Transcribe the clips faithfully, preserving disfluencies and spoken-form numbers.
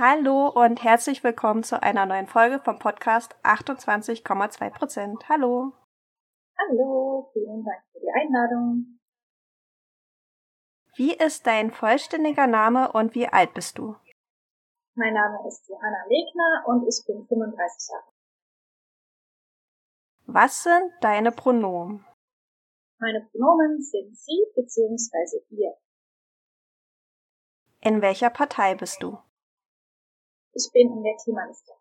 Hallo und herzlich willkommen zu einer neuen Folge vom Podcast achtundzwanzig Komma zwei Prozent. Hallo. Hallo, vielen Dank für die Einladung. Wie ist dein vollständiger Name und wie alt bist du? Mein Name ist Johanna Legner und ich bin fünfunddreißig Jahre alt. Was sind deine Pronomen? Meine Pronomen sind sie bzw. ihr. In welcher Partei bist du? Ich bin in der Klimaliste.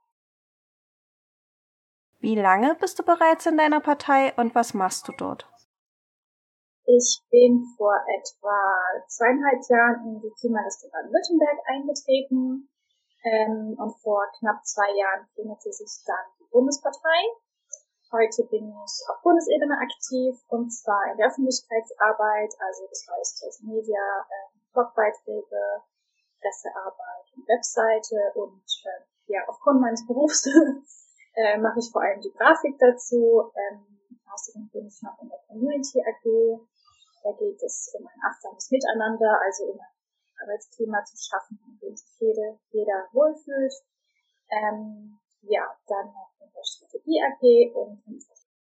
Wie lange bist du bereits in deiner Partei und was machst du dort? Ich bin vor etwa zweieinhalb Jahren in die Klimaliste Baden-Württemberg eingetreten ähm, und vor knapp zwei Jahren gründete sich dann die Bundespartei. Heute bin ich auf Bundesebene aktiv und zwar in der Öffentlichkeitsarbeit, also das heißt Social Media, ähm, Blogbeiträge, Pressearbeit und Webseite und äh, ja, aufgrund meines Berufs äh, mache ich vor allem die Grafik dazu. Ähm, außerdem bin ich noch in der Community A G. Da geht es um ein achtsames Miteinander, also um ein Arbeitsklima zu schaffen, in dem sich jede, jeder wohlfühlt. Ähm, ja, dann noch in der Strategie A G und in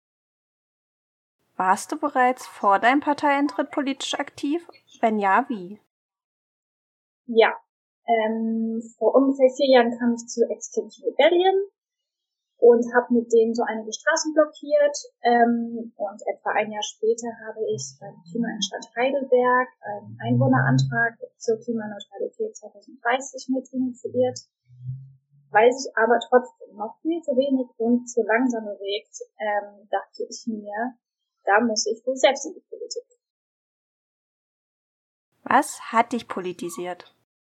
Warst du bereits vor deinem Parteieintritt politisch aktiv? Wenn ja, wie? Ja, ähm, vor ungefähr vier Jahren kam ich zu Extinction Rebellion und habe mit denen so einige Straßen blockiert. Ähm, und etwa ein Jahr später habe ich beim Klima in Stadt Heidelberg einen Einwohnerantrag zur Klimaneutralität zwanzig dreißig mit initiiert. Weil sich aber trotzdem noch viel zu wenig und zu langsam bewegt, ähm, dachte ich mir, da muss ich wohl selbst in die Politik. Was hat dich politisiert?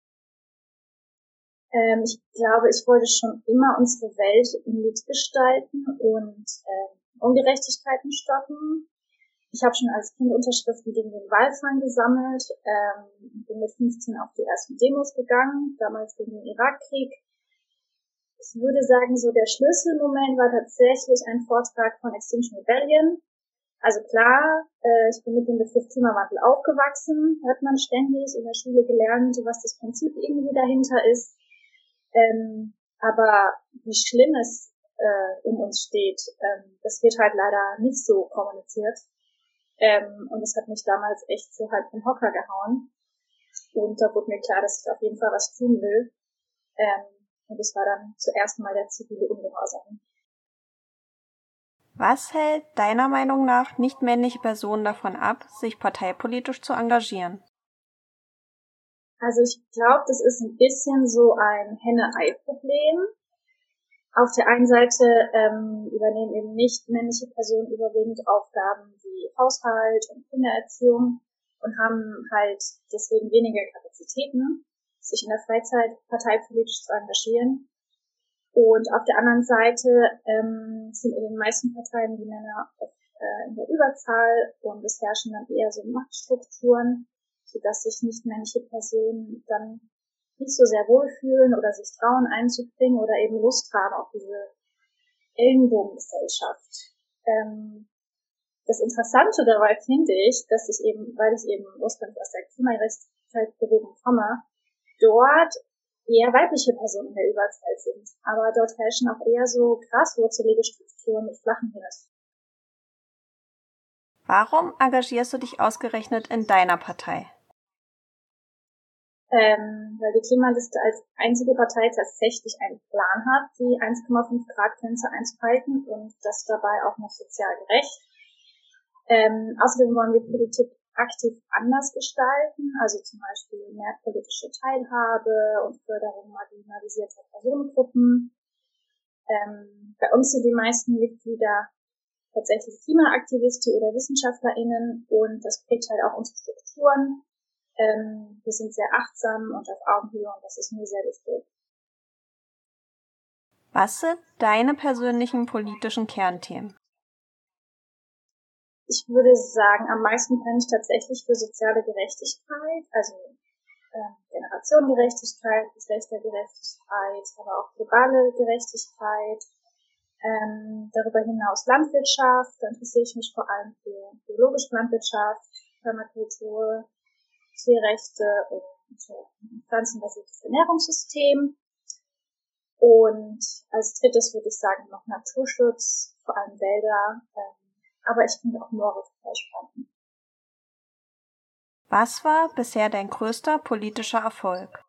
Ähm, ich glaube, ich wollte schon immer unsere Welt mitgestalten und ähm, Ungerechtigkeiten stoppen. Ich habe schon als Kind Unterschriften gegen den Walfang gesammelt, ähm, bin mit fünfzehn auf die ersten Demos gegangen, damals gegen den Irakkrieg. Ich würde sagen, so der Schlüsselmoment war tatsächlich ein Vortrag von Extinction Rebellion. Also klar, äh, ich bin mit dem Begriff Klimawandel aufgewachsen, hat man ständig in der Schule gelernt, was das Prinzip irgendwie dahinter ist. Ähm, aber wie schlimm es äh, um uns steht, ähm, das wird halt leider nicht so kommuniziert. Ähm, und das hat mich damals echt so halb vom Hocker gehauen. Und da wurde mir klar, dass ich auf jeden Fall was tun will. Ähm, und das war dann zuerst mal der zivile Ungehorsam. Was hält deiner Meinung nach nicht-männliche Personen davon ab, sich parteipolitisch zu engagieren? Also ich glaube, das ist ein bisschen so ein Henne-Ei-Problem. Auf der einen Seite ähm, übernehmen eben nicht männliche Personen überwiegend Aufgaben wie Haushalt und Kindererziehung und haben halt deswegen weniger Kapazitäten, sich in der Freizeit parteipolitisch zu engagieren. Und auf der anderen Seite ähm, sind in den meisten Parteien die Männer oft, äh, in der Überzahl und es herrschen dann eher so Machtstrukturen, sodass sich nicht männliche Personen dann nicht so sehr wohlfühlen oder sich trauen einzubringen oder eben Lust haben auf diese Ellenbogengesellschaft. Ähm, das Interessante dabei finde ich, dass ich eben, weil ich eben ursprünglich aus der Klimagerechtigkeitsbewegung komme, dort eher weibliche Personen in der Überzahl sind. Aber dort herrschen auch eher so graswurzelige Strukturen mit flachen Hierarchien. Warum engagierst du dich ausgerechnet in deiner Partei? Ähm, weil die Klimaliste als einzige Partei tatsächlich einen Plan hat, die eins Komma fünf Grad Grenze einzuhalten und das dabei auch noch sozial gerecht. Ähm, außerdem wollen wir Politik aktiv anders gestalten, also zum Beispiel mehr politische Teilhabe und Förderung marginalisierter Personengruppen. Ähm, bei uns sind die meisten Mitglieder tatsächlich Klimaaktivisten oder WissenschaftlerInnen und das prägt halt auch unsere Strukturen. Ähm, wir sind sehr achtsam und auf Augenhöhe und das ist mir sehr wichtig. Was sind deine persönlichen politischen Kernthemen? Ich würde sagen, am meisten brenne ich tatsächlich für soziale Gerechtigkeit, also äh, Generationengerechtigkeit, Geschlechtergerechtigkeit, aber auch globale Gerechtigkeit. Ähm, darüber hinaus Landwirtschaft, da interessiere ich mich vor allem für biologische Landwirtschaft, Permakultur, Tierrechte und äh, pflanzenbasiertes Ernährungssystem. Und als drittes würde ich sagen noch Naturschutz, vor allem Wälder, ähm, aber ich finde auch Moore total spannend. Was war bisher dein größter politischer Erfolg?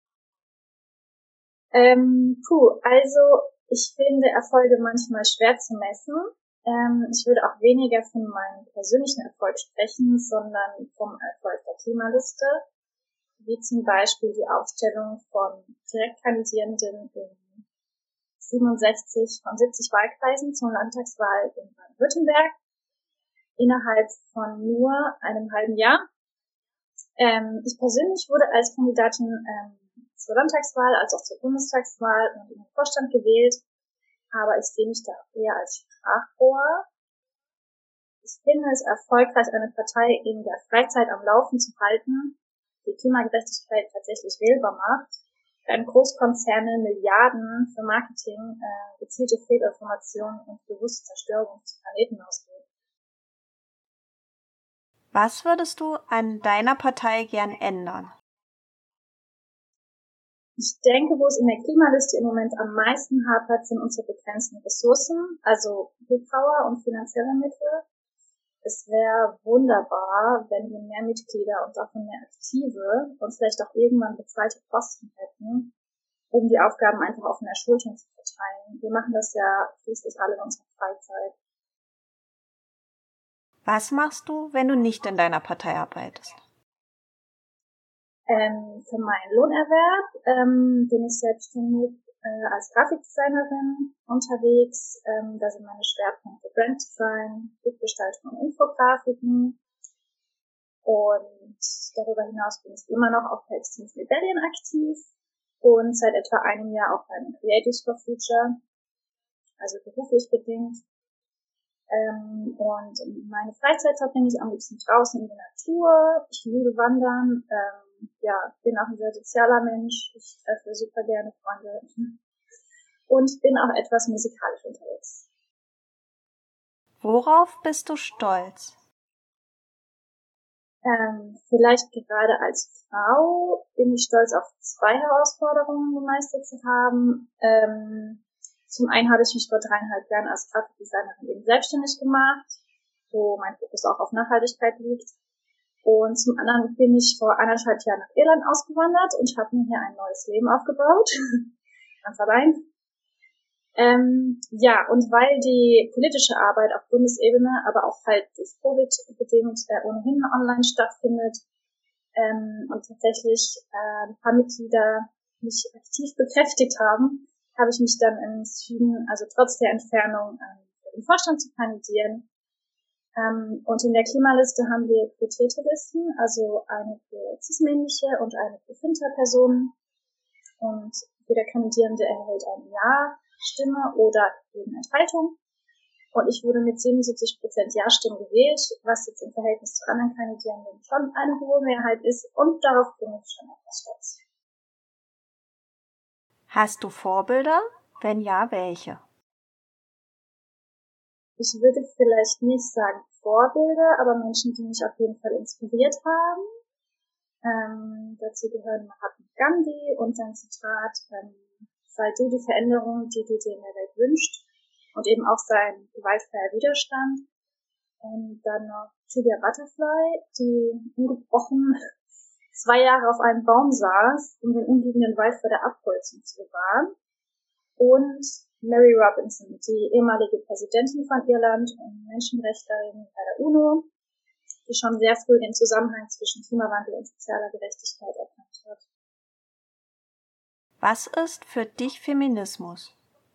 Ähm, puh, also ich finde Erfolge manchmal schwer zu messen. Ähm, ich würde auch weniger von meinem persönlichen Erfolg sprechen, sondern vom Erfolg der Klimaliste, wie zum Beispiel die Aufstellung von Direktkandidierenden in siebenundsechzig von siebzig Wahlkreisen zur Landtagswahl in Baden-Württemberg innerhalb von nur einem halben Jahr. Ähm, ich persönlich wurde als Kandidatin ähm, zur Landtagswahl als auch zur Bundestagswahl und in den Vorstand gewählt, aber ich sehe mich da eher als Sprachrohr. Ich finde es erfolgreich, eine Partei in der Freizeit am Laufen zu halten, die Klimagerechtigkeit tatsächlich wählbar macht, während Großkonzerne Milliarden für Marketing, äh, gezielte Fehlinformationen und bewusste Zerstörung des Planeten ausgeben. Was würdest du an deiner Partei gern ändern? Ich denke, wo es in der Klimaliste im Moment am meisten hapert, sind unsere begrenzten Ressourcen, also Willpower und finanzielle Mittel. Es wäre wunderbar, wenn wir mehr Mitglieder und davon mehr Aktive und vielleicht auch irgendwann bezahlte Posten hätten, um die Aufgaben einfach auf mehr Schultern zu verteilen. Wir machen das ja schließlich alle in unserer Freizeit. Was machst du, wenn du nicht in deiner Partei arbeitest? Ähm, für meinen Lohnerwerb ähm, bin ich selbstständig äh, als Grafikdesignerin unterwegs. Ähm, da sind meine Schwerpunkte Branddesign, Bildgestaltung und Infografiken. Und darüber hinaus bin ich immer noch auf der Extinction Rebellion aktiv und seit etwa einem Jahr auch bei Creatives for Future, also beruflich bedingt. Ähm, und meine Freizeit verbringe ich am liebsten draußen in der Natur. Ich liebe Wandern. Ähm, ja, bin auch ein sehr sozialer Mensch. Ich treffe super gerne Freunde und bin auch etwas musikalisch unterwegs. Worauf bist du stolz? Ähm, vielleicht gerade als Frau bin ich stolz auf zwei Herausforderungen gemeistert zu haben. Ähm, zum einen habe ich mich vor dreieinhalb Jahren als Grafikdesignerin eben selbstständig gemacht, wo mein Fokus auch auf Nachhaltigkeit liegt. Und zum anderen bin ich vor anderthalb Jahren nach Irland ausgewandert und habe mir hier ein neues Leben aufgebaut. Ganz allein. Ähm, ja, und weil die politische Arbeit auf Bundesebene, aber auch halt durch Covid bedingt äh, ohnehin online stattfindet ähm, und tatsächlich äh, ein paar Mitglieder mich aktiv bekräftigt haben, habe ich mich dann entschieden, also trotz der Entfernung ähm, für den Vorstand zu kandidieren. Ähm, und in der Klimaliste haben wir Quotäte-Listen, also eine für cis-männliche und eine für Finter-Personen. Und jeder Kandidierende erhält ein Ja Stimme oder eben Enthaltung. Und ich wurde mit siebenundsiebzig Prozent Ja-Stimmen gewählt, was jetzt im Verhältnis zu anderen Kandidierenden schon eine hohe Mehrheit ist. Und darauf bin ich schon etwas stolz. Hast du Vorbilder? Wenn ja, welche? Ich würde vielleicht nicht sagen Vorbilder, aber Menschen, die mich auf jeden Fall inspiriert haben. Ähm, dazu gehören Mahatma Gandhi und sein Zitat, ähm, sei du die Veränderung, die du dir in der Welt wünschst, und eben auch sein gewaltfreier Widerstand. Und dann noch Julia Butterfly, die ungebrochen zwei Jahre auf einem Baum saß, um den umliegenden Wald vor der Abholzung zu bewahren. Und Mary Robinson, die ehemalige Präsidentin von Irland und Menschenrechtlerin bei der UNO, die schon sehr früh den Zusammenhang zwischen Klimawandel und sozialer Gerechtigkeit erkannt hat. Was ist für dich Feminismus?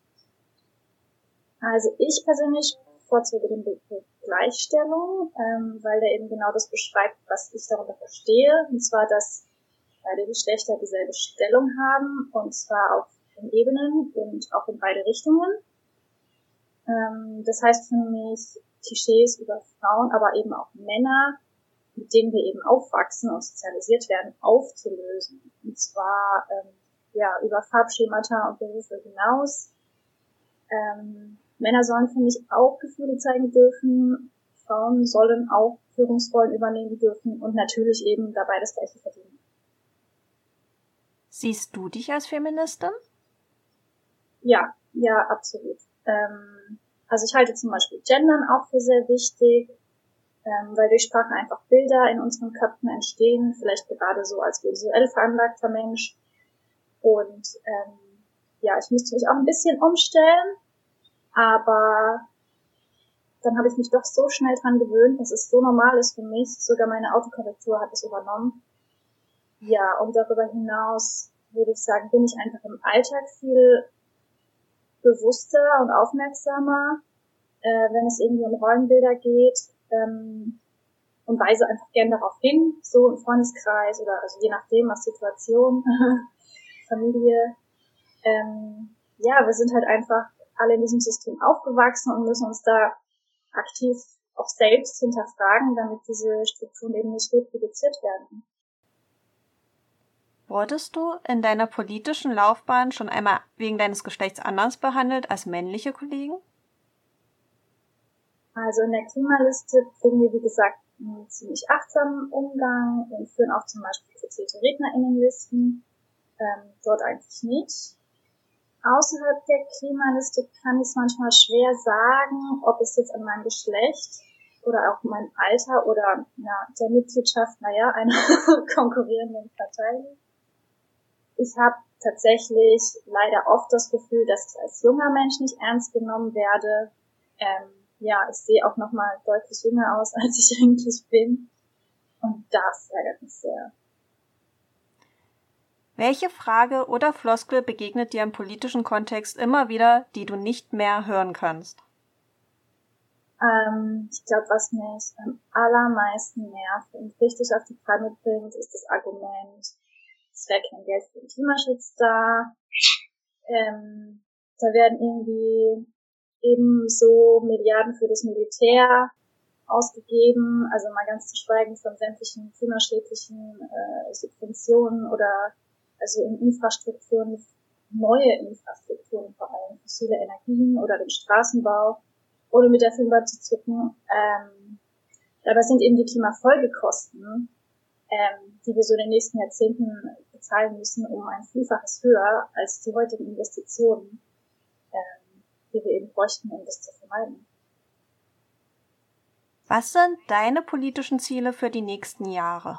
Also ich persönlich bevorzuge den Begriff Gleichstellung, ähm, weil der eben genau das beschreibt, was ich darunter verstehe, und zwar, dass beide Geschlechter dieselbe Stellung haben, und zwar auf den Ebenen und auch in beide Richtungen. Ähm, das heißt für mich, Klischees über Frauen, aber eben auch Männer, mit denen wir eben aufwachsen und sozialisiert werden, aufzulösen. Und zwar ähm, ja über Farbschemata und Berufe hinaus. Ähm, Männer sollen, finde ich, auch Gefühle zeigen dürfen. Frauen sollen auch Führungsrollen übernehmen dürfen und natürlich eben dabei das Gleiche verdienen. Siehst du dich als Feministin? Ja, ja, absolut. Ähm, also ich halte zum Beispiel Gendern auch für sehr wichtig, ähm, weil durch Sprache einfach Bilder in unseren Köpfen entstehen, vielleicht gerade so als visuell veranlagter Mensch. Und ähm, ja, ich müsste mich auch ein bisschen umstellen, aber dann habe ich mich doch so schnell dran gewöhnt, dass es so normal ist für mich. Sogar meine Autokorrektur hat es übernommen. Ja, und darüber hinaus würde ich sagen, bin ich einfach im Alltag viel bewusster und aufmerksamer, äh, wenn es irgendwie um Rollenbilder geht, ähm, und weise einfach gern darauf hin, so im Freundeskreis oder also je nachdem, was Situation, Familie. Ähm, ja, wir sind halt einfach alle in diesem System aufgewachsen und müssen uns da aktiv auch selbst hinterfragen, damit diese Strukturen eben nicht reproduziert werden. Wurdest du in deiner politischen Laufbahn schon einmal wegen deines Geschlechts anders behandelt als männliche Kollegen? Also in der Klimaliste pflegen wir, wie gesagt, einen ziemlich achtsamen Umgang und führen auch zum Beispiel quotierte RednerInnenlisten. Ähm, dort eigentlich nicht. Außerhalb der Klimaliste kann ich es manchmal schwer sagen, ob es jetzt an meinem Geschlecht oder auch meinem Alter oder na, der Mitgliedschaft, naja, einer konkurrierenden Partei liegt. Ich habe tatsächlich leider oft das Gefühl, dass ich als junger Mensch nicht ernst genommen werde. Ähm, ja, ich sehe auch nochmal deutlich jünger aus, als ich eigentlich bin. Und das ärgert mich sehr. Welche Frage oder Floskel begegnet dir im politischen Kontext immer wieder, die du nicht mehr hören kannst? Ähm, ich glaube, was mich am allermeisten nervt und richtig auf die Palme bringt, ist das Argument, es wäre kein Geld für den Klimaschutz da. Ähm, da werden irgendwie ebenso Milliarden für das Militär ausgegeben, also mal ganz zu schweigen von sämtlichen klimaschädlichen äh, Subventionen oder also in Infrastrukturen, neue Infrastrukturen, vor allem fossile Energien oder den Straßenbau, ohne mit der Filmbahn zu zucken. Ähm, dabei sind eben die Klimafolgekosten, ähm, die wir so in den nächsten Jahrzehnten bezahlen müssen, um ein Vielfaches höher als die heutigen Investitionen, ähm, die wir eben bräuchten, um das zu vermeiden. Was sind deine politischen Ziele für die nächsten Jahre?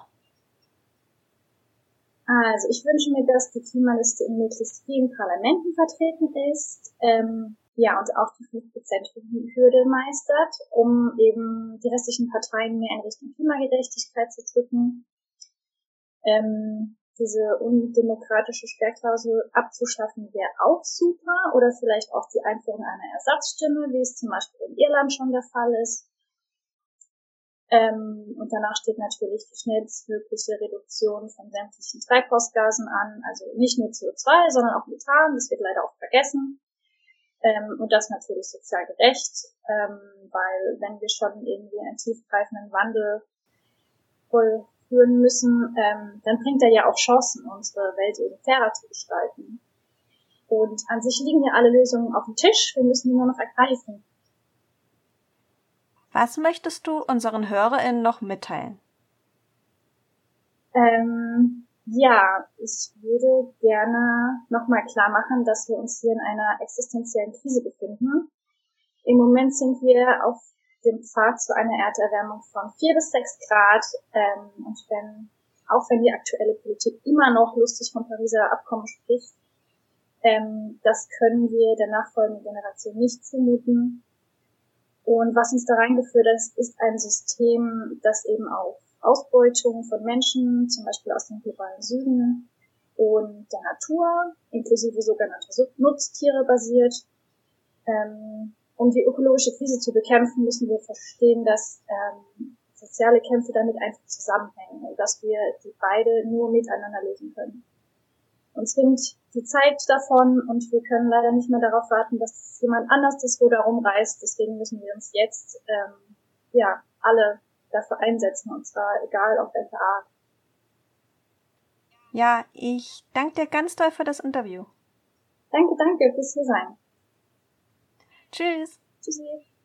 Also ich wünsche mir, dass die Klimaliste in möglichst vielen Parlamenten vertreten ist, ähm, ja, und auch die fünf Prozent Hürde meistert, um eben die restlichen Parteien mehr in Richtung Klimagerechtigkeit zu drücken, ähm, diese undemokratische Sperrklausel abzuschaffen wäre auch super, oder vielleicht auch die Einführung einer Ersatzstimme, wie es zum Beispiel in Irland schon der Fall ist. Ähm, und danach steht natürlich die schnellstmögliche Reduktion von sämtlichen Treibhausgasen an, also nicht nur C O zwei, sondern auch Methan, das wird leider oft vergessen. Ähm, und das natürlich sozial gerecht, ähm, weil wenn wir schon irgendwie einen tiefgreifenden Wandel vollführen müssen, ähm, dann bringt er ja auch Chancen, unsere Welt eben fairer zu gestalten. Und an sich liegen ja alle Lösungen auf dem Tisch, wir müssen die nur noch ergreifen. Was möchtest du unseren HörerInnen noch mitteilen? Ähm, ja, ich würde gerne nochmal klar machen, dass wir uns hier in einer existenziellen Krise befinden. Im Moment sind wir auf dem Pfad zu einer Erderwärmung von vier bis sechs Grad. Ähm, und wenn, auch wenn die aktuelle Politik immer noch lustig vom Pariser Abkommen spricht, ähm, das können wir der nachfolgenden Generation nicht zumuten. Und was uns da reingeführt hat, ist ein System, das eben auf Ausbeutung von Menschen, zum Beispiel aus dem globalen Süden und der Natur, inklusive sogenannter Nutztiere basiert. Ähm, um die ökologische Krise zu bekämpfen, müssen wir verstehen, dass ähm, soziale Kämpfe damit einfach zusammenhängen und dass wir die beide nur miteinander lösen können. Uns ringt die Zeit davon und wir können leider nicht mehr darauf warten, dass jemand anders das Ruder rumreißt. Deswegen müssen wir uns jetzt ähm, ja alle dafür einsetzen, und zwar egal auf welche Art. Ja, ich danke dir ganz doll für das Interview. Danke, danke fürs Hiersein. Tschüss. Tschüssi.